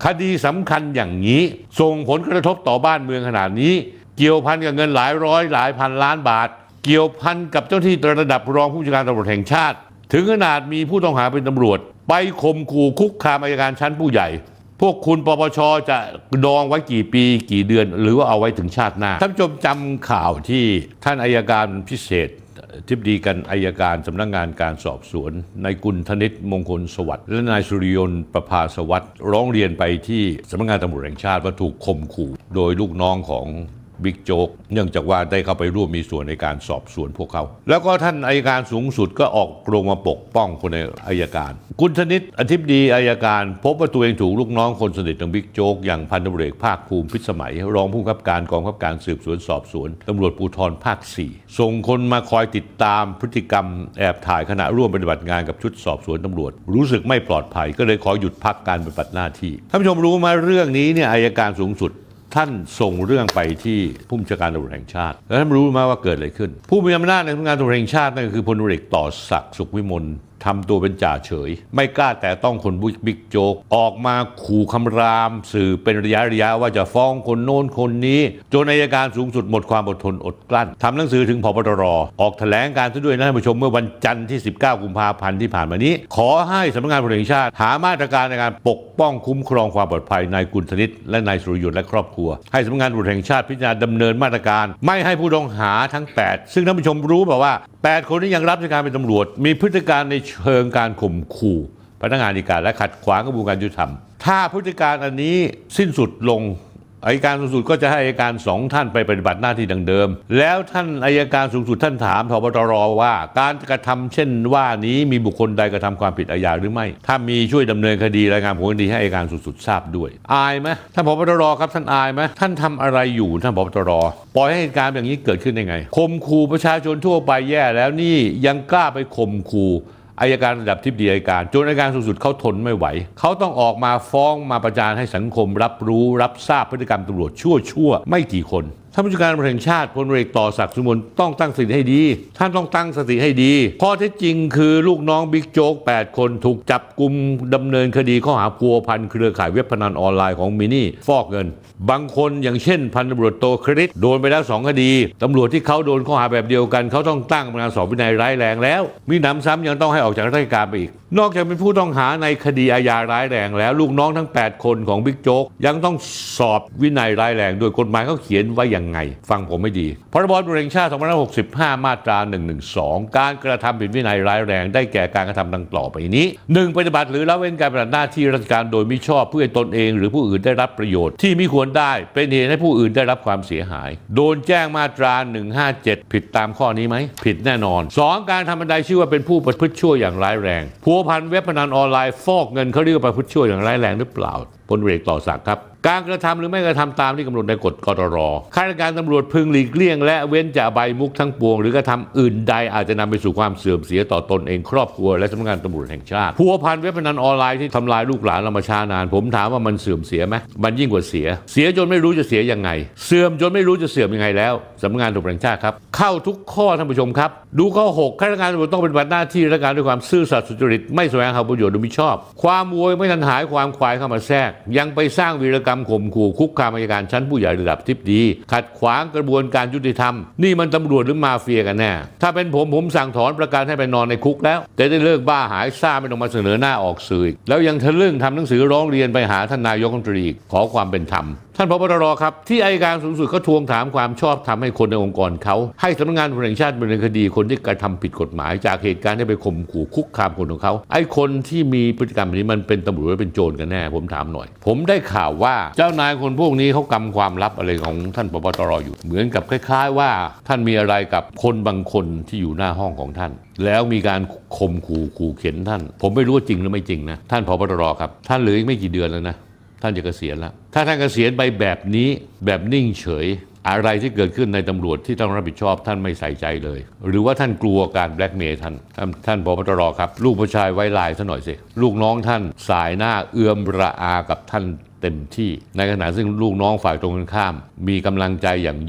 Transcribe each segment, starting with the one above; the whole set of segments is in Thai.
คดีสำคัญอย่างนี้ส่งผลกระทบต่อบ้านเมืองขนาดนี้เกี่ยวพันกับเงินหลายร้อยหลายพันล้านบาทเกี่ยวพันกับเจ้าที่ระดับรองผู้บัญชาการตำรวจแห่งชาติถึงขนาดมีผู้ต้องหาเป็นตำรวจไปข่มขู่คุกคามอัยการชั้นผู้ใหญ่พวกคุณปปช.จะดองไว้กี่ปีกี่เดือนหรือว่าเอาไว้ถึงชาติหน้าท่านผู้ชมจำข่าวที่ท่านอัยการพิเศษทิบดีกันอัยการสำนักงานการสอบสวนนายกุลธนิตมงคลสวัสดิ์และนายสุริยนต์ประภาสวัสดิ์ร้องเรียนไปที่สำนักงานตำรวจแห่งชาติว่าถูกข่มขู่โดยลูกน้องของบิ๊กโจ๊กเนื่องจากว่าได้เข้าไปร่วมมีส่วนในการสอบสวนพวกเขาแล้วก็ท่านอัยการสูงสุดก็ออกโรงมาปกป้องคนในอัยการกุลธนิตอธิบดีอัยการพบว่าตัวเองถูกลูกน้องคนสนิทของบิ๊กโจ๊กอย่างพันตำรวจเอกภาคภูมิพิสมัยรองผู้บังคับการกองบังคับการสืบสวนสอบสวนตำรวจภูธรภาค 4ส่งคนมาคอยติดตามพฤติกรรมแอบถ่ายขณะร่วมปฏิบัติงานกับชุดสอบสวนตำรวจรู้สึกไม่ปลอดภัยก็เลยขอหยุดพักการปฏิบัติหน้าที่ท่านผู้ชมรู้ไหมเรื่องนี้เนี่ยอัยการสูงสุดท่านส่งเรื่องไปที่ผู้บัญชาการตำรวจแห่งชาติแล้วท่านรู้ไหมว่าเกิดอะไรขึ้นผู้มีอำนาจในสำนักงานตำรวจแห่งชาตินั่นก็คือพลตำรวจเอกต่อศักดิ์สุขวิมลทำตัวเป็นจ่าเฉยไม่กล้าแต่ต้องคนบิ๊กโจ๊กออกมาขู่คำรามสื่อเป็นระยะว่าจะฟ้องคนโน้นคนนี้จนอัยการสูงสุดหมดความอดทนอดกลั้นทำหนังสือถึงผบ.ตร.ออกแถลงการซะด้วยนะท่านผู้ชมเมื่อวันจันทร์ที่19 กุมภาพันธ์ที่ผ่านมานี้ขอให้สำนักงานตำรวจแห่งชาติหามาตรการในการปกป้องคุ้มครองความปลอดภัยนายกุลธนิตและนายสุริยนต์และครอบครัวให้สำนักงานตำรวจแห่งชาติพิจารณาดำเนินมาตรการไม่ให้ผู้ต้องหาทั้ง8ซึ่งท่านผู้ชมรู้แบบว่า8คนนี้ยังรับราชการเป็นตำรวจมีพฤติการในเชิงการข่มขู่พนักงานอัยการและขัดขวางกระบวนการยุติธรรมถ้าพฤติการอันนี้สิ้นสุดลงอัยการสูงสุดก็จะให้อัยการ2ท่านไปปฏิบัติหน้าที่ดังเดิมแล้วท่านอัยการสูงสุดท่านถามผบ.ตร.ว่าการกระทำเช่นว่านี้มีบุคคลใดกระทำความผิดอาญาหรือไม่ถ้ามีช่วยดำเนินคดีรายงานผลคดีให้อัยการสูงสุดทราบด้วยอายไหมท่านผบ.ตร.ครับท่านอายไหมท่านทำอะไรอยู่ท่านผบ.ตร.ปล่อยให้เหตุการณ์อย่างนี้เกิดขึ้นได้ไงข่มขู่ประชาชนทั่วไปแย่แล้วนี่ยังกล้าไปข่มขู่อัยการระดับทิบดีอัยการจนอัยการสูงสุดเขาทนไม่ไหวเขาต้องออกมาฟ้องมาประจานให้สังคมรับรู้รับทราบพฤติกรรมตำรวจชั่วไม่กี่คนท่านผู้การตำรวจแห่งชาติพลเรือต่อศักดิ์สุขวิมลต้องตั้งสติให้ดีท่านต้องตั้งสติให้ดีข้อเท็จจริงคือลูกน้องบิ๊กโจ๊ก8คนถูกจับกุมดำเนินคดีข้อหาพัวพันเครือข่ายเว็บพนันออนไลน์ของมินี่ฟอกเงินบางคนอย่างเช่นพันตำรวจโทคริสโดนไปแล้ว2 คดีตำรวจที่เขาโดนข้อหาแบบเดียวกันเขาต้องตั้งกรรมการสอบวินัยร้ายแรงแล้วมีหนำซ้ำยังต้องให้ออกจากราชการไปอีกนอกจากเป็นผู้ต้องหาในคดีอาญาร้ายแรงแล้วลูกน้องทั้ง8คนของบิ๊กโจ๊กยังต้องสอบวินัยร้ายแรงโดยกฎหมายเขาเขียนไว้อย่างไงฟังผมไม่ดีพรบ.ตำรวจแห่งชาติ2565มาตรา112การกระทำผิดวินัยร้ายแรงได้แก่การกระทำดังต่อไปนี้ 1. ปฏิบัติหรือละเว้นการปฏิบัติหน้าที่ราชการโดยมิชอบเพื่อให้ตนเองหรือผู้อื่นได้รับประโยชน์ที่มิควรได้เป็นเหตุให้ผู้อื่นได้รับความเสียหายโดนแจ้งมาตรา157ผิดตามข้อนี้ไหมผิดแน่นอน 2. การทำอันใดชื่อว่าเป็นผู้ประพฤติชั่วอย่างร้ายแรงพัวพันเว็บพนันออนไลน์ฟอกเงินเขาเรียกว่าประพฤติชั่วอย่างร้ายแรงหรือเปล่าพลเรือต่อศักดิ์ครับการกระทำหรือไม่กระทำตามที่กำหนดในกฎกตร.ข้าราชการตำรวจพึงหลีกเลี่ยงและเว้นจากใบมุกทั้งปวงหรือกระทำอื่นใดอาจจะนำไปสู่ความเสื่อมเสียต่อตนเองครอบครัวและสำนักงานตำรวจแห่งชาติพัวพันเว็บพนันออนไลน์ที่ทำลายลูกหลานเรามาช้านานผมถามว่ามันเสื่อมเสียไหมมันยิ่งกว่าเสียจนไม่รู้จะเสียยังไงเสื่อมจนไม่รู้จะเสื่อมยังไงแล้วสำนักงานตำรวจแห่งชาติครับเข้าทุกข้อท่านผู้ชมครับดูข้อ 6ข้าราชการตำรวจต้องปฏิบัติหน้าที่ราชการด้วยความซื่อสัตย์สุจริตไม่แสวงหาประโยชน์โดยมิชอบความโวยไม่ทันหายความควายเข้ามาแทรกยังไปสร้างวีรกรรมข่มขู่คุกคามอัยการชั้นผู้ใหญ่ระดับทิบดีขัดขวางกระบวนการยุติธรรมนี่มันตำรวจหรือมาเฟียกันแน่ถ้าเป็นผมสั่งถอนประกันให้ไปนอนในคุกแล้วแต่ได้เลิกบ้าหายซ่าไม่ต้องมาเสนอหน้าออกสื่อแล้วยังทะลึ่งทำหนังสือร้องเรียนไปหาท่านนายกรัฐมนตรีขอความเป็นธรรมท่านผบ.ตร.ครับที่อัยการสูงสุดเขาทวงถามความชอบธรรมให้คนในองค์กรเขาให้สำนักงานตำรวจแห่งชาติดำเนินคดีคนที่กระทำผิดกฎหมายจากเหตุการณ์ที่ไปข่มขู่คุกคามคนของเขาไอ้คนที่มีพฤติกรรมแบบนี้มันเป็นตำรวจหรือเป็นโจรกันแน่ผมถามหน่อยผมได้ข่าวว่าเจ้านายคนพวกนี้เขากำความลับอะไรของท่านผบ.ตร.อยู่เหมือนกับคล้ายๆว่าท่านมีอะไรกับคนบางคนที่อยู่หน้าห้องของท่านแล้วมีการข่มขู่เข็นท่านผมไม่รู้ว่าจริงหรือไม่จริงนะท่านผบ.ตร.ครับท่านเหลืออีกไม่กี่เดือนแล้วนะท่านจะเกษียณแล้วถ้าท่านเกษียณไปแบบนี้แบบนิ่งเฉยอะไรที่เกิดขึ้นในตำรวจที่ต้องรับผิดชอบท่านไม่ใส่ใจเลยหรือว่าท่านกลัวการแบล็กเมย์ท่านผบ.ตร.ครับลูกผู้ชายไว้ลายซะหน่อยสิลูกน้องท่านสายหน้าเอื้อมระอากับท่านเต็มที่ในขณะซึ่งลูกน้องฝ่ายตรงกันข้ามมีกำลังใจอย่างยิ่ง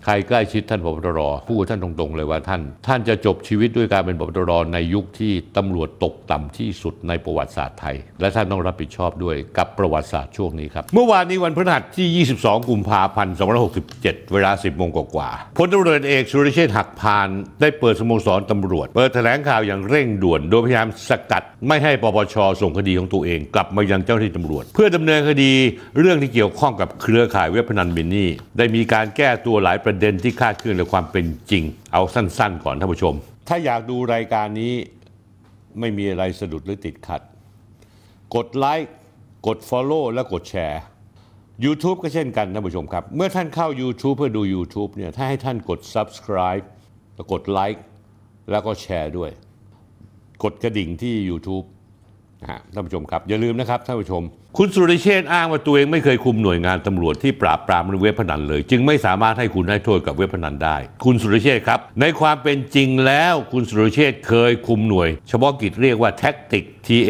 ใครใกล้ชิดท่านผบ.ตร.พูดท่านตรงๆเลยว่าท่านจะจบชีวิตด้วยการเป็นผบ.ตร.ในยุคที่ตำรวจตกต่ำที่สุดในประวัติศาสตร์ไทยและท่านต้องรับผิดชอบด้วยกับประวัติศาสตร์ช่วงนี้ครับเมื่อวานนี้วันพฤหัสที่ 22 กุมภาพันธ์ 2567 เวลา 10 โมงกว่าพลตำรวจเอกสุรเชษฐ์หักพานได้เปิดสโมสรตำรวจเปิดแถลงข่าวอย่างเร่งด่วนโดยพยายามสกัดไม่ให้ปปช.ส่งคดีของตัวเองกลับมายังเจ้าหน้าที่ตำรวจเพื่อดำเนินคดีเรื่องที่เกี่ยวข้องกับเครือข่ายเว็บพนันมินนี่ได้มีการแก้ตัวหลายประเด็นที่คลาดเคลื่อนในความเป็นจริงเอาสั้นๆก่อนท่านผู้ชมถ้าอยากดูรายการนี้ไม่มีอะไรสะดุดหรือติดขัดกดไลค์กด Follow และกดแชร์ YouTube ก็เช่นกันท่านผู้ชมครับเมื่อท่านเข้า YouTube เพื่อดู YouTube เนี่ยถ้าให้ท่านกด Subscribe แล้วกดไลค์แล้วก็แชร์ด้วยกดกระดิ่งที่ YouTube ท่านผู้ชมครับอย่าลืมนะครับท่านผู้ชมคุณสุรเชษฐ์อ้างว่าตัวเองไม่เคยคุมหน่วยงานตำรวจที่ปราบปรามเว็บพนันเลยจึงไม่สามารถให้คุณให้โทษกับเว็บพนันได้คุณสุรเชษฐ์ครับในความเป็นจริงแล้วคุณสุรเชษฐ์เคยคุมหน่วยเฉพาะกิจเรียกว่า Tactic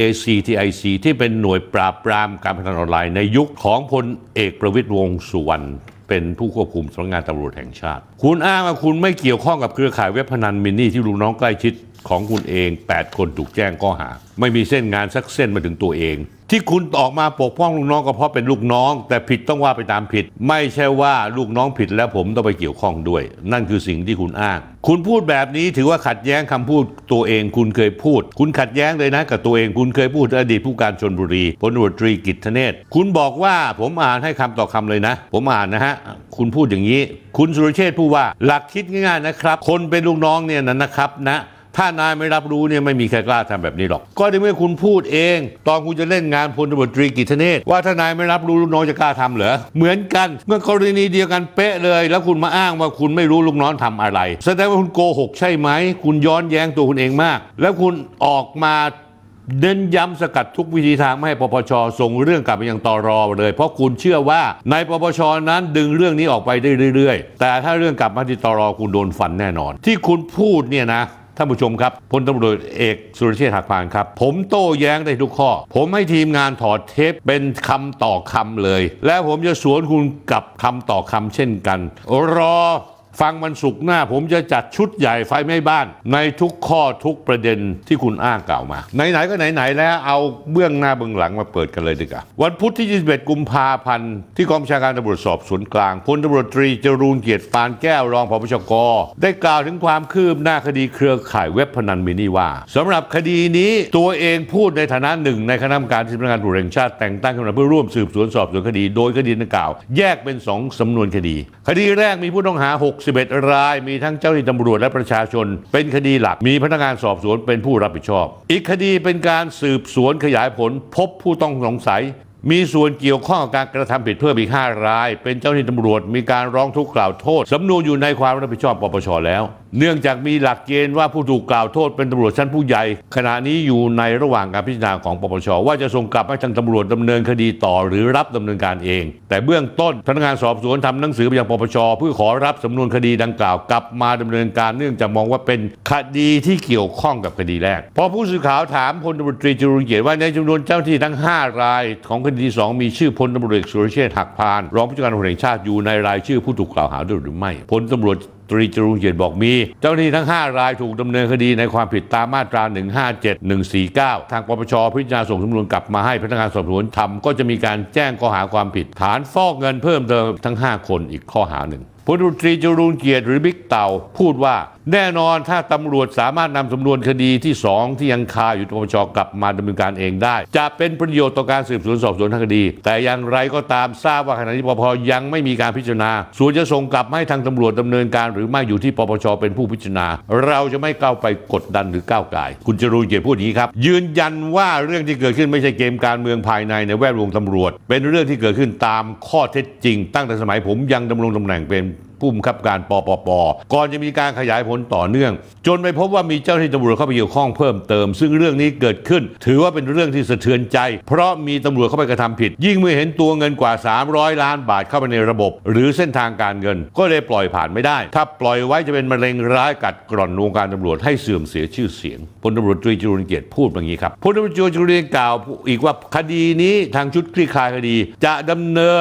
TAC ที่เป็นหน่วยปราบปรามการพนันออนไลน์ในยุคของพลเอกประวิตรวงษ์สุวรรณเป็นผู้ควบคุมสำนักงานตำรวจแห่งชาติคุณอ้างว่าคุณไม่เกี่ยวข้องกับเครือข่ายเว็บพนันมินนี่ที่ลูกน้องใกล้ชิดของคุณเอง8คนถูกแจ้งข้อหาไม่มีเส้นงานสักเส้นมาถึงตัวเองที่คุณออกมาปกป้องลูกน้องก็เพราะเป็นลูกน้องแต่ผิดต้องว่าไปตามผิดไม่ใช่ว่าลูกน้องผิดแล้วผมต้องไปเกี่ยวข้องด้วยนั่นคือสิ่งที่คุณอ้างคุณพูดแบบนี้ถือว่าขัดแย้งคำพูดตัวเองคุณเคยพูดคุณขัดแย้งเลยนะกับตัวเองคุณเคยพูดอดีตผู้การชลบุรีพลตำรวจตรีกิตติเนศคุณบอกว่าผมอ่านให้คำต่อคำเลยนะผมอ่านนะฮะคุณพูดอย่างนี้คุณสุรเชษฐ์พูดว่าหลักคิดง่ายๆนะครับคนเป็นลูกน้องเนี่ยนะครับนะถ้านายไม่รับรู้เนี่ยไม่มีใครกล้าทำแบบนี้หรอกก็ในเมื่อคุณพูดเองตอนคุณจะเล่นงานพลตำรวจตรีกิตติเนศว่าถ้านายไม่รับรู้ลูกน้องจะกล้าทำเหรอเหมือนกันเมื่อกรณีเดียวกันเป๊ะเลยแล้วคุณมาอ้างว่าคุณไม่รู้ลูกน้องทำอะไรแสดงว่าคุณโกหกใช่ไหมคุณย้อนแย้งตัวคุณเองมากแล้วคุณออกมาเน้นย้ำสกัดทุกวิธีทางไม่ให้ปปช.ส่งเรื่องกลับไปยังตร.เลยเพราะคุณเชื่อว่าในปปช.นั้นดึงเรื่องนี้ออกไปได้เรื่อยๆแต่ถ้าเรื่องกลับมาที่ตร.คุณโดนฟันแน่นอนที่คุณพูดเนี่ยนะท่านผู้ชมครับพลตำรวจเอกสุรเชษฐ์หักพานครับผมโต้แย้งได้ทุกข้อผมให้ทีมงานถอดเทปเป็นคำต่อคำเลยและผมจะสวนคุณกับคำต่อคำเช่นกันรอฟังวันศุกร์หน้าผมจะจัดชุดใหญ่ไฟไหม้บ้านในทุกข้อทุกประเด็นที่คุณอ้างกล่าวมาไหนๆก็ไหนๆแล้วเอาเบื้องหน้าเบื้องหลังมาเปิดกันเลยดีกว่าวันพุธที่ 21 กุมภาพันธ์ที่กองบัญชาการตำรวจสอบสวนกลางพลตำรวจตรีจรูญเกียรติปานแก้วรองผบ.ชก.ได้กล่าวถึงความคืบหน้าคดีเครือข่ายเว็บพนันมินนี่ว่าสำหรับคดีนี้ตัวเองพูดในฐานะหนึ่งในคณะกรรมการที่สำนักงานตำรวจแห่งชาติแต่งตั้งขึ้นมาเพื่อร่วมสืบสวนสอบสวนคดีโดยคดีดังกล่าวแยกเป็น2สำนวนคดีแรกมีผู้ต้องหา61รายมีทั้งเจ้าหน้าที่ตำรวจและประชาชนเป็นคดีหลักมีพนักงานสอบสวนเป็นผู้รับผิดชอบอีกคดีเป็นการสืบสวนขยายผลพบผู้ต้องสงสัยมีส่วนเกี่ยวข้องกับการกระทำผิดเพิ่มอีก5รายเป็นเจ้าหน้าที่ตำรวจมีการร้องทุกข์กล่าวโทษสำนวนอยู่ในความรับผิดชอบปปช.แล้วเนื่องจากมีหลักเกณฑ์ว่าผู้ถูกกล่าวโทษเป็นตำรวจชั้นผู้ใหญ่ขณะนี้อยู่ในระหว่างการพิจารณาของปปช.ว่าจะส่งกลับให้ทางตำรวจดำเนินคดีต่อหรือรับดำเนินการเองแต่เบื้องต้นพนักงานสอบสวนทำหนังสือไปยังปปช.เพื่อขอรับสำนวนคดีดังกล่าวกลับมาดำเนินการเนื่องจากมองว่าเป็นคดีที่เกี่ยวข้องกับคดีแรกพอผู้สื่อข่าวถามพลตำรวจตรีจรูญเกียรติว่าในจำนวนเจ้าหน้าที่ทั้ง5รายของคดีที่2มีชื่อพลตำรวจเอกสุรเชษฐ์หักพานรองผู้จัดการตำรวจแห่งชาติอยู่ในรายชื่อผู้ถูกกล่าวหาด้วยหรือไม่พลตำรวจตรีจรูญเกียรติบอกมีเจ้าหน้าที่ทั้ง5รายถูกดำเนินคดีในความผิดตามมาตรา157 149ทางปปช.พิจารณาส่งสำนวนกลับมาให้พนักงานสอบสวนทำก็จะมีการแจ้งข้อหาความผิดฐานฟอกเงินเพิ่มเติมทั้ง5คนอีกข้อหาหนึ่งพลตรีจรูญเกียรติหรือบิ๊กเต่าพูดว่าแน่นอนถ้าตำรวจสามารถนำสำนวนคดีที่2ที่ยังคาอยู่ปปช.กลับมาดำเนินการเองได้จะเป็นประโยชน์ต่อการสืบสวนสอบสวนทางคดีแต่อย่างไรก็ตามทราบว่าขณะนี้ปปช.ยังไม่มีการพิจารณาส่วนจะส่งกลับให้ทางตำรวจดำเนินการหรือไม่อยู่ที่ปปช.เป็นผู้พิจารณาเราจะไม่ก้าวไปกดดันหรือก้าวไก่คุณจรูญเกียรติพูดอย่างนี้ครับยืนยันว่าเรื่องที่เกิดขึ้นไม่ใช่เกมการเมืองภายในแวดวงตำรวจเป็นเรื่องที่เกิดขึ้นตามข้อเท็จจริงตั้งแต่สมัยผมยังดำรงตำแหน่งเป็นผู้บังคับการปปป.ก่อนจะมีการขยายผลต่อเนื่องจนไปพบว่ามีเจ้าหน้าที่ตำรวจเข้าไปเกี่ยวข้องเพิ่มเติมซึ่งเรื่องนี้เกิดขึ้นถือว่าเป็นเรื่องที่สะเทือนใจเพราะมีตำรวจเข้าไปกระทำผิดยิ่งเมื่อเห็นตัวเงินกว่า300ล้านบาทเข้าไปในระบบหรือเส้นทางการเงินก็เลยปล่อยผ่านไม่ได้ถ้าปล่อยไว้จะเป็นมะเร็งร้ายกัดกร่อนวงการตำรวจให้เสื่อมเสียชื่อเสียงพลตำรวจตรีจรูญเกียรติพูดอย่างนี้ครับพลตำรวจตรีจรูญเกียรติกล่าวอีกว่าคดีนี้ทางชุดคลี่คลายคดีจะดำเนิน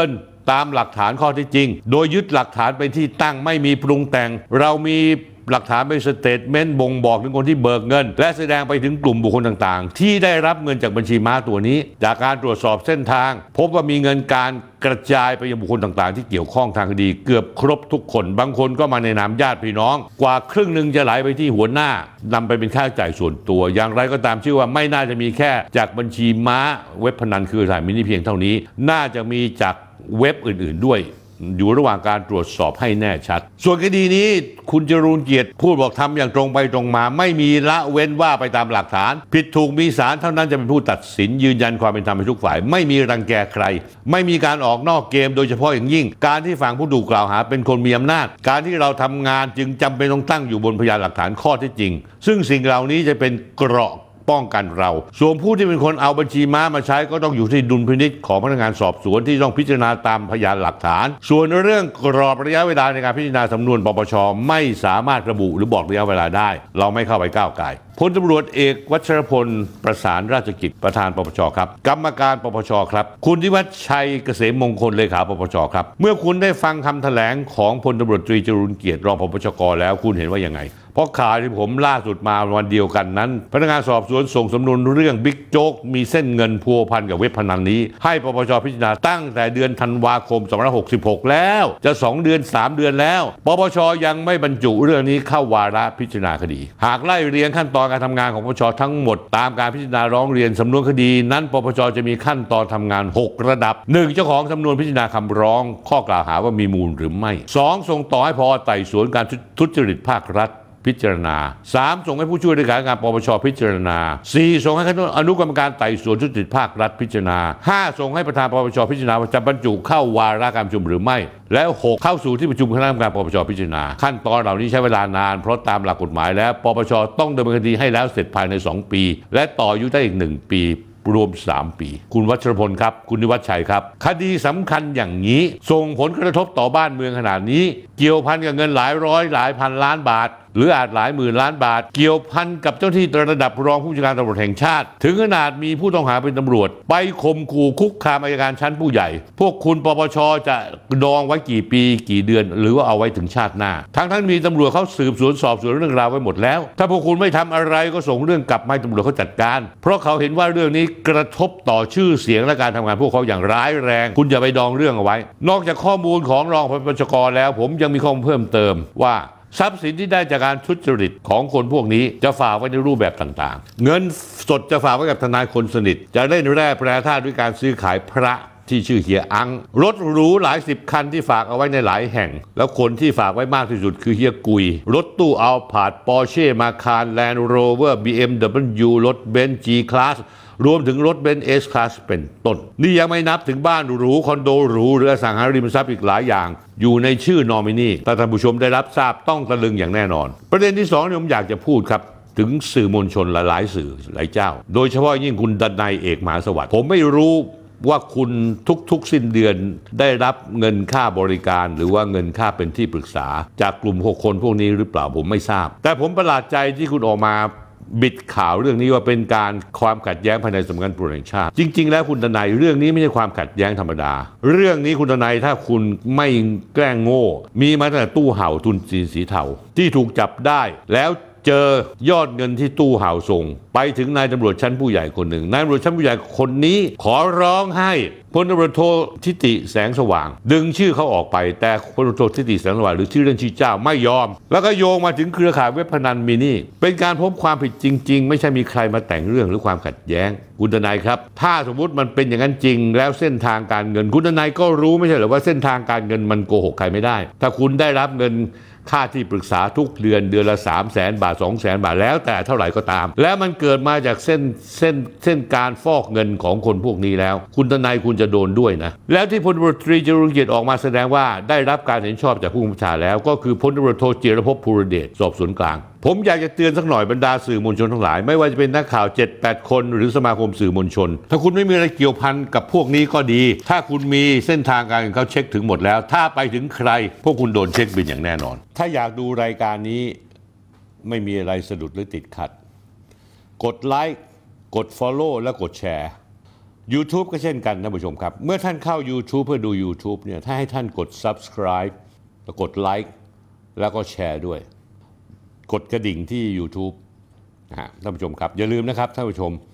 ตามหลักฐานข้อเท็จจริงโดยยึดหลักฐานเป็นที่ตั้งไม่มีปรุงแต่งเรามีหลักฐานเป็นสเตทเมนต์บ่งบอกถึงคนที่เบิกเงินและแสดงไปถึงกลุ่มบุคคลต่างๆที่ได้รับเงินจากบัญชีม้าตัวนี้จากการตรวจสอบเส้นทางพบว่ามีเงินการกระจายไปยังบุคคลต่างๆที่เกี่ยวข้องทางคดีเกือบครบทุกคนบางคนก็มาในนามญาติพี่น้องกว่าครึ่งหนึ่งจะไหลไปที่หัวหน้านำไปเป็นค่าใช้จ่ายส่วนตัวอย่างไรก็ตามเชื่อว่าไม่น่าจะมีแค่จากบัญชีม้าเว็บพนันเครือข่ายมินิเพียงเท่านี้น่าจะมีจากเว็บอื่นๆด้วยอยู่ระหว่างการตรวจสอบให้แน่ชัดส่วนคดีนี้คุณจรูญเกียรติพูดบอกทำอย่างตรงไปตรงมาไม่มีละเว้นว่าไปตามหลักฐานผิดถูกมีศาลเท่านั้นจะเป็นผู้ตัดสินยืนยันความเป็นธรรมให้ทุกฝ่ายไม่มีรังแกใครไม่มีการออกนอกเกมโดยเฉพาะอย่างยิ่งการที่ฝั่งผู้ถูกกล่าวหาเป็นคนมีอำนาจการที่เราทำงานจึงจำเป็นต้องตั้งอยู่บนพยานหลักฐานข้อเท็จจริงซึ่งสิ่งเหล่านี้จะเป็นเกราะป้องกันเราส่วนผู้ที่เป็นคนเอาบัญชีม้ามาใช้ก็ต้องอยู่ที่ดุลพินิจของพนักงานสอบสวนที่ต้องพิจารณาตามพยานหลักฐานส่วนเรื่องกรอบระยะเวลาในการพิจารณาสำนวนปปชไม่สามารถระบุหรือบอกระยะเวลาได้เราไม่เข้าไปก้าวไก่พลตำรวจเอกวัชรพลประสานราชกิจประธานปปชครับกรรมการปปชครับคุณนิวัฒน์ชัยเกษมมงคลเลขาปปชครับเมื่อคุณได้ฟังคำแถลงของพลตำรวจตรีจรูญเกียรติรองปปชกแล้วคุณเห็นว่ายังไงเพราะข่าวที่ผมล่าสุดมาวันเดียวกันนั้นพนักงานสอบสวนส่งสำนวนเรื่องบิ๊กโจ๊กมีเส้นเงินพัวพันกับเว็บพนันนี้ให้ปปชพิจารณาตั้งแต่เดือนธันวาคม2566แล้วจะ2 เดือน 3 เดือนแล้วปปชยังไม่บรรจุเรื่องนี้เข้าวาระพิจารณาคดีหากไล่เรียงขั้นตอนการทำงานของปปชทั้งหมดตามการพิจารณาร้องเรียนสำนวนคดีนั้นปปชจะมีขั้นตอนทำงาน6ระดับ 1. เจ้าของสำนวนพิจารณาคำร้องข้อกล่าวหาว่ามีมูลหรือไม่ 2. ส่งต่อให้พอไต่สวนการทุจริตภาครัฐพิจารณา 3. ส่งให้ผู้ช่วยเลขาธิการปปชพิจารณา 4. ส่งให้คณะอนุกรรมการไต่สวนทุจริตภาครัฐพิจารณา 5. ส่งให้ประธานปปชพิจารณาว่าจะบรรจุเข้าวาระการประชุมหรือไม่และ 6. เข้าสู่ที่ประชุมคณะกรรมการปปชพิจารณาขั้นตอนเหล่านี้ใช้เวลานานเพราะตามหลักกฎหมายแล้วปปชต้องดำเนินคดีให้แล้วเสร็จภายใน2 ปีและต่ออายุได้อีก1 ปีรวม3 ปีคุณวัชรพลครับคุณนิวัฒน์ชัยครับคดีสำคัญอย่างนี้ส่งผลกระทบต่อบ้านเมืองขนาดนี้เกี่ยวพันกับเงินหลายร้อยหลายพันล้านบาทหรืออาจหลายหมื่นล้านบาทเกี่ยวพันกับเจ้าที่ระดับรองผู้บัญชาการตำรวจแห่งชาติถึงขนาดมีผู้ต้องหาเป็นตำรวจไปข่มขู่คุกคามอัยการชั้นผู้ใหญ่พวกคุณปปชจะดองไว้กี่ปีกี่เดือนหรือว่าเอาไว้ถึงชาติหน้าทั้งมีตำรวจเขาสืบสวนสอบสวนเรื่องราวไว้หมดแล้วถ้าพวกคุณไม่ทำอะไรก็ส่งเรื่องกลับมาให้ตำรวจเขาจัดการเพราะเขาเห็นว่าเรื่องนี้กระทบต่อชื่อเสียงและการทำงานพวกเขาอย่างร้ายแรงคุณอย่าไปดองเรื่องเอาไว้นอกจากข้อมูลของรองปปชกแล้วผมยังมีข้อมูลเพิ่มเติมว่าทรัพย์สินที่ได้จากการทุจริตของคนพวกนี้จะฝากไว้ในรูปแบบต่างๆเงินสดจะฝากไว้กับทนายคนสนิทจะเล่นแร่แปรธาตุด้วยการซื้อขายพระที่ชื่อเฮียอังรถหรูหลาย10 คันที่ฝากเอาไว้ในหลายแห่งแล้วคนที่ฝากไว้มากที่สุดคือเฮียกุยรถตู้อัลพาร์ดปอร์เช่มาคารแลนด์โรเวอร์ BMW รถเบนซ์ G Classรวมถึงรถเบนซ์ S Class เป็นต้นนี่ยังไม่นับถึงบ้านหรูคอนโดหรูหรืออสังหาริมทรัพย์อีกหลายอย่างอยู่ในชื่อนอมินีถ้าท่านผู้ชมได้รับทราบต้องตะลึงอย่างแน่นอนประเด็นที่2ที่ผมอยากจะพูดครับถึงสื่อมวลชนหลายสื่อหลายเจ้าโดยเฉพาะยิ่งคุณดนัยเอกมหาสวัสดิ์ผมไม่รู้ว่าคุณทุกสิ้นเดือนได้รับเงินค่าบริการหรือว่าเงินค่าเป็นที่ปรึกษาจากกลุ่ม6 คนพวกนี้หรือเปล่าผมไม่ทราบแต่ผมประหลาดใจที่คุณออกมาบิดข่าวเรื่องนี้ว่าเป็นการความขัดแย้งภายในสำนักงานตำรวจแห่งชาติจริงๆแล้วคุณดนัยเรื่องนี้ไม่ใช่ความขัดแย้งธรรมดาเรื่องนี้คุณดนัยถ้าคุณไม่แกล้งโง่มีมาตั้งแต่ตู้เห่าทุนจีนสีเทาที่ถูกจับได้แล้วเจอยอดเงินที่ตู้เห่าส่งไปถึงนายตำรวจชั้นผู้ใหญ่คนหนึ่งนายตำรวจชั้นผู้ใหญ่คนนี้ขอร้องให้พลตำรวจโททิติแสงสว่างดึงชื่อเขาออกไปแต่พลตำรวจโททิติแสงสว่างหรือชื่อเล่นชื่อเจ้าไม่ยอมแล้วก็โยงมาถึงเครือข่ายเว็บพนันมินี่เป็นการพบความผิดจริงๆไม่ใช่มีใครมาแต่งเรื่องหรือความขัดแย้งคุณทนายครับถ้าสมมุติมันเป็นอย่างนั้นจริงแล้วเส้นทางการเงินคุณทนายก็รู้ไม่ใช่หรือว่าเส้นทางการเงินมันโกหกใครไม่ได้ถ้าคุณได้รับเงินค่าที่ปรึกษาทุกเดือนละ300,000 บาท 200,000 บาทแล้วแต่เท่าไหร่ก็ตามแล้วมันเกิดมาจากเส้นการฟอกเงินของคนพวกนี้แล้วคุณทนายคุณจะโดนด้วยนะแล้วที่พลตำรวจตรีจรูญเกียรติออกมาแสดงว่าได้รับการเห็นชอบจากผู้บัญชาแล้วก็คือพลตำรวจโทจิรภพภูรเดชสอบสวนกลางผมอยากจะเตือนสักหน่อยบรรดาสื่อมวลชนทั้งหลายไม่ว่าจะเป็นนักข่าว 7-8 คนหรือสมาคมสื่อมวลชนถ้าคุณไม่มีอะไรเกี่ยวพันกับพวกนี้ก็ดีถ้าคุณมีเส้นทางการเงินเขาเช็คถึงหมดแล้วถ้าไปถึงใครพวกคุณโดนเช็คบินอย่างแน่นอนถ้าอยากดูรายการนี้ไม่มีอะไรสะดุดหรือติดขัดกดไลค์กด Follow และกดแชร์ YouTube ก็เช่นกันท่านผู้ชมครับเมื่อท่านเข้า YouTube เพื่อดู YouTube เนี่ยถ้าให้ท่านกด Subscribe แล้วกดไลค์แล้วก็แชร์ด้วยกดกระดิ่งที่ YouTube นะฮะท่านผู้ชมครับอย่าลืมนะครับท่านผู้ชม